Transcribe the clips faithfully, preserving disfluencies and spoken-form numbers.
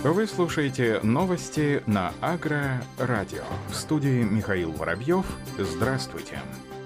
Вы слушаете новости на Агро-радио. В студии Михаил Воробьев. Здравствуйте.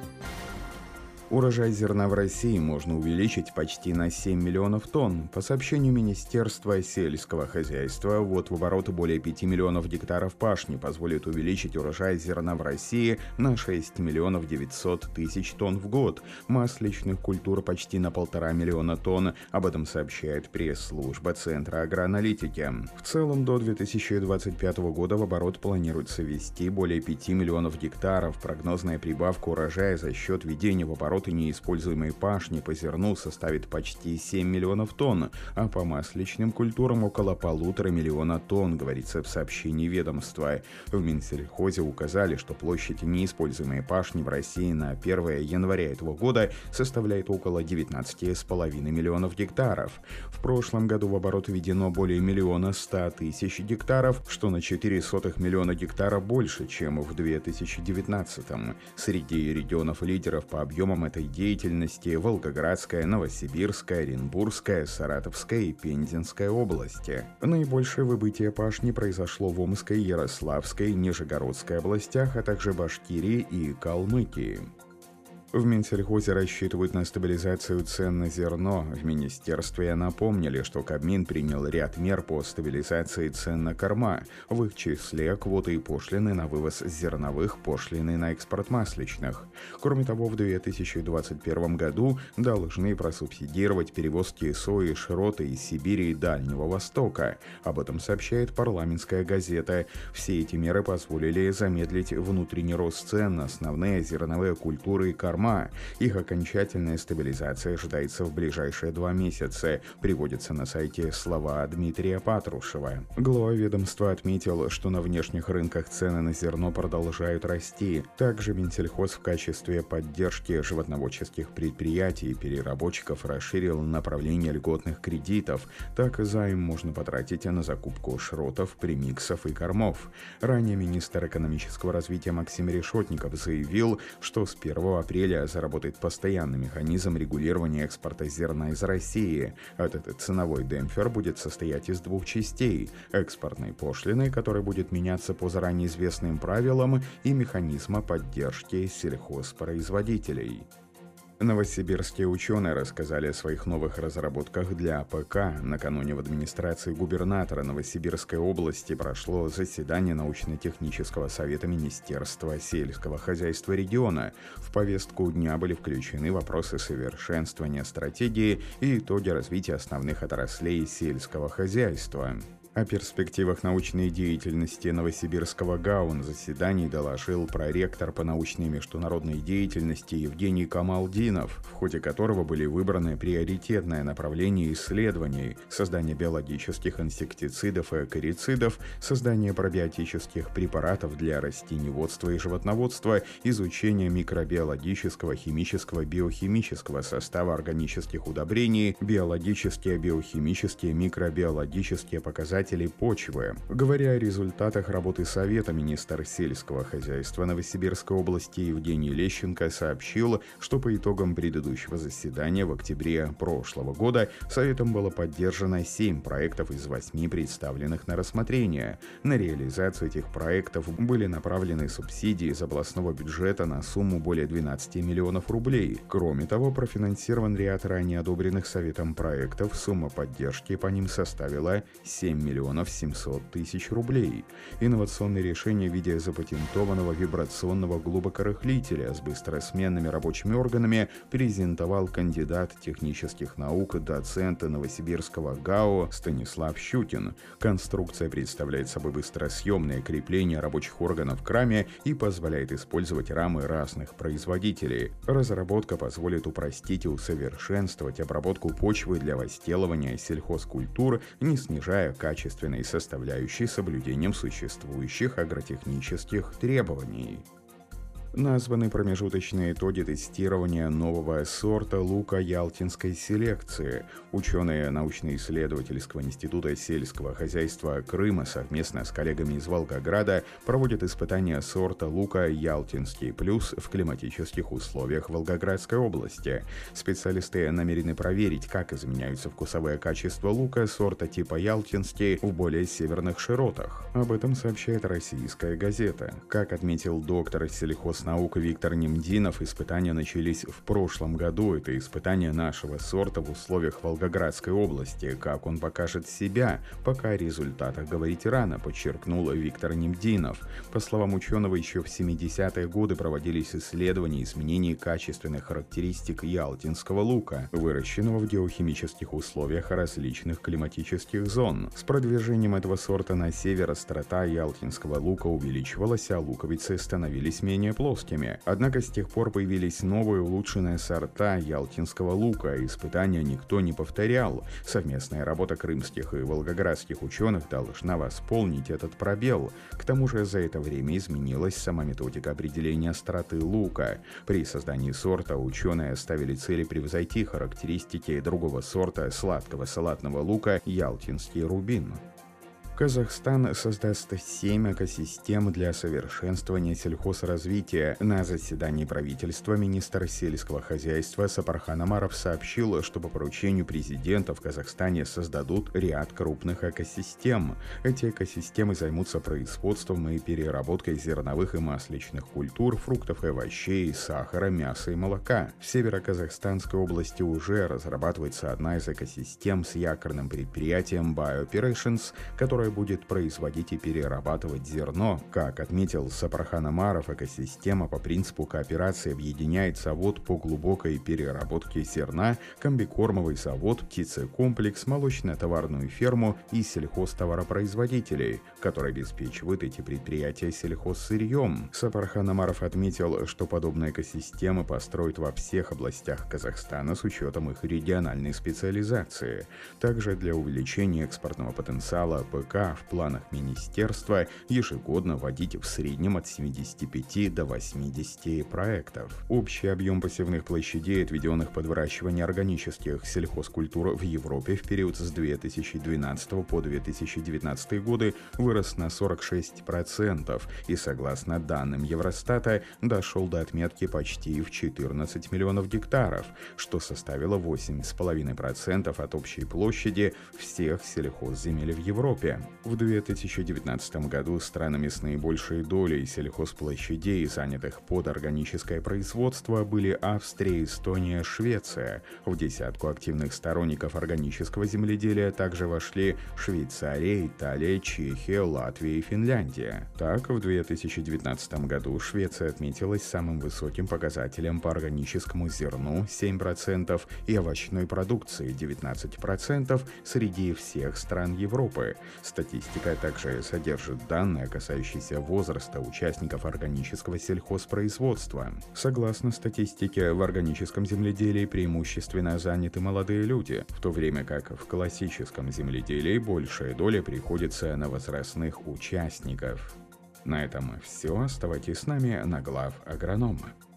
Урожай зерна в России можно увеличить почти на семь миллионов тонн. По сообщению Министерства сельского хозяйства, ввод в оборот более пяти миллионов гектаров пашни позволит увеличить урожай зерна в России на шесть миллионов девятьсот тысяч тонн в год. Масличных культур почти на полтора миллиона тонн. Об этом сообщает пресс-служба Центра агроаналитики. В целом до две тысячи двадцать пятого года в оборот планируется ввести более пяти миллионов гектаров. Прогнозная прибавка урожая за счет введения в оборот и неиспользуемой пашни по зерну составит почти семь миллионов тонн, а по масличным культурам около полутора миллиона тонн, говорится в сообщении ведомства. В Минсельхозе указали, что площадь неиспользуемой пашни в России на первое января этого года составляет около девятнадцати с половиной миллионов гектаров. В прошлом году в оборот введено более миллиона ста тысяч гектаров, что на четыре сотых миллиона гектара больше, чем в две тысячи девятнадцатом. Среди регионов-лидеров по объемам этой деятельности Волгоградская, Новосибирская, Оренбургская, Саратовская и Пензенская области. Наибольшее выбытие пашни произошло в Омской, Ярославской, Нижегородской областях, а также Башкирии и Калмыкии. В Минсельхозе рассчитывают на стабилизацию цен на зерно. В министерстве напомнили, что Кабмин принял ряд мер по стабилизации цен на корма, в их числе квоты и пошлины на вывоз зерновых, пошлины на экспорт масличных. Кроме того, в две тысячи двадцать первом году должны просубсидировать перевозки сои, широты из Сибири и Дальнего Востока. Об этом сообщает парламентская газета. Все эти меры позволили замедлить внутренний рост цен на основные зерновые культуры и корма. Их окончательная стабилизация ожидается в ближайшие два месяца, приводится на сайте слова Дмитрия Патрушева. Глава ведомства отметил, что на внешних рынках цены на зерно продолжают расти. Также Минсельхоз в качестве поддержки животноводческих предприятий и переработчиков расширил направление льготных кредитов. Так займ можно потратить на закупку шротов, премиксов и кормов. Ранее министр экономического развития Максим Решетников заявил, что с первого апреля заработает постоянный механизм регулирования экспорта зерна из России. Этот ценовой демпфер будет состоять из двух частей – экспортной пошлины, которая будет меняться по заранее известным правилам, и механизма поддержки сельхозпроизводителей. Новосибирские ученые рассказали о своих новых разработках для АПК. Накануне в администрации губернатора Новосибирской области прошло заседание научно-технического совета Министерства сельского хозяйства региона. В повестку дня были включены вопросы совершенствования стратегии и итоги развития основных отраслей сельского хозяйства. О перспективах научной деятельности Новосибирского ГАУ на заседании доложил проректор по научной и международной деятельности Евгений Камалдинов, в ходе которого были выбраны приоритетное направление исследований: создание биологических инсектицидов и акарицидов, создание пробиотических препаратов для растениеводства и животноводства, изучение микробиологического, химического, биохимического состава органических удобрений, биологические, биохимические, микробиологические показатели почвы. Говоря о результатах работы Совета, министр сельского хозяйства Новосибирской области Евгений Лещенко сообщил, что по итогам предыдущего заседания в октябре прошлого года Советом было поддержано семь проектов из восьми представленных на рассмотрение. На реализацию этих проектов были направлены субсидии из областного бюджета на сумму более двенадцати миллионов рублей. Кроме того, профинансирован ряд ранее одобренных Советом проектов. Сумма поддержки по ним составила семь миллионов семьсот тысяч рублей. Инновационные решения в виде запатентованного вибрационного глубокорыхлителя с быстросменными рабочими органами презентовал кандидат технических наук, доцент Новосибирского ГАУ Станислав Щукин. Конструкция представляет собой быстросъемное крепление рабочих органов к раме и позволяет использовать рамы разных производителей. Разработка позволит упростить и усовершенствовать обработку почвы для возделывания сельхозкультур, не снижая качество качественной составляющей соблюдением существующих агротехнических требований. Названы промежуточные итоги тестирования нового сорта лука ялтинской селекции. Ученые научно-исследовательского института сельского хозяйства Крыма совместно с коллегами из Волгограда проводят испытания сорта лука ялтинский плюс в климатических условиях Волгоградской области. Специалисты намерены проверить, как изменяются вкусовые качества лука сорта типа ялтинский в более северных широтах. Об этом сообщает «Российская газета». Как отметил доктор сельхознаук Виктор Немдинов, испытания начались в прошлом году. Это испытание нашего сорта в условиях Волгоградской области. Как он покажет себя, пока о результатах говорить рано, подчеркнул Виктор Немдинов. По словам ученого, еще в семидесятые годы проводились исследования изменений качественных характеристик ялтинского лука, выращенного в геохимических условиях различных климатических зон. С продвижением этого сорта на север острота ялтинского лука увеличивалась, а луковицы становились менее плотными. Однако с тех пор появились новые улучшенные сорта ялтинского лука, и испытания никто не повторял. Совместная работа крымских и волгоградских ученых должна восполнить этот пробел. К тому же за это время изменилась сама методика определения остроты лука. При создании сорта ученые ставили цели превзойти характеристики другого сорта сладкого салатного лука ялтинский рубин. Казахстан создаст семь экосистем для совершенствования сельхозразвития. На заседании правительства министр сельского хозяйства Сапархан Омаров сообщил, что по поручению президента в Казахстане создадут ряд крупных экосистем. Эти экосистемы займутся производством и переработкой зерновых и масличных культур, фруктов и овощей, сахара, мяса и молока. В Северо-Казахстанской области уже разрабатывается одна из экосистем с якорным предприятием BioOperations, которая будет производить и перерабатывать зерно. Как отметил Сапархан Омаров, экосистема по принципу кооперации объединяет завод по глубокой переработке зерна, комбикормовый завод, птицекомплекс, молочно-товарную ферму и сельхозтоваропроизводителей, которые обеспечивают эти предприятия сельхозсырьем. Сапархан Омаров отметил, что подобные экосистемы построят во всех областях Казахстана с учетом их региональной специализации. Также для увеличения экспортного потенциала ПК в планах министерства ежегодно вводить в среднем от семидесяти пяти до восьмидесяти проектов. Общий объем посевных площадей, отведенных под выращивание органических сельхозкультур в Европе в период с две тысячи двенадцатого по две тысячи девятнадцатый годы вырос на сорок шесть процентов и, согласно данным Евростата, дошел до отметки почти в четырнадцать миллионов гектаров, что составило восемь целых пять десятых процента от общей площади всех сельхозземель в Европе. В две тысячи девятнадцатом году странами с наибольшей долей сельхозплощадей, занятых под органическое производство, были Австрия, Эстония, Швеция. В десятку активных сторонников органического земледелия также вошли Швейцария, Италия, Чехия, Латвия и Финляндия. Так, в две тысячи девятнадцатом году Швеция отметилась самым высоким показателем по органическому зерну семь процентов и овощной продукции девятнадцать процентов среди всех стран Европы. Статистика также содержит данные, касающиеся возраста участников органического сельхозпроизводства. Согласно статистике, в органическом земледелии преимущественно заняты молодые люди, в то время как в классическом земледелии большая доля приходится на возрастных участников. На этом все. Оставайтесь с нами на Глав Агронома.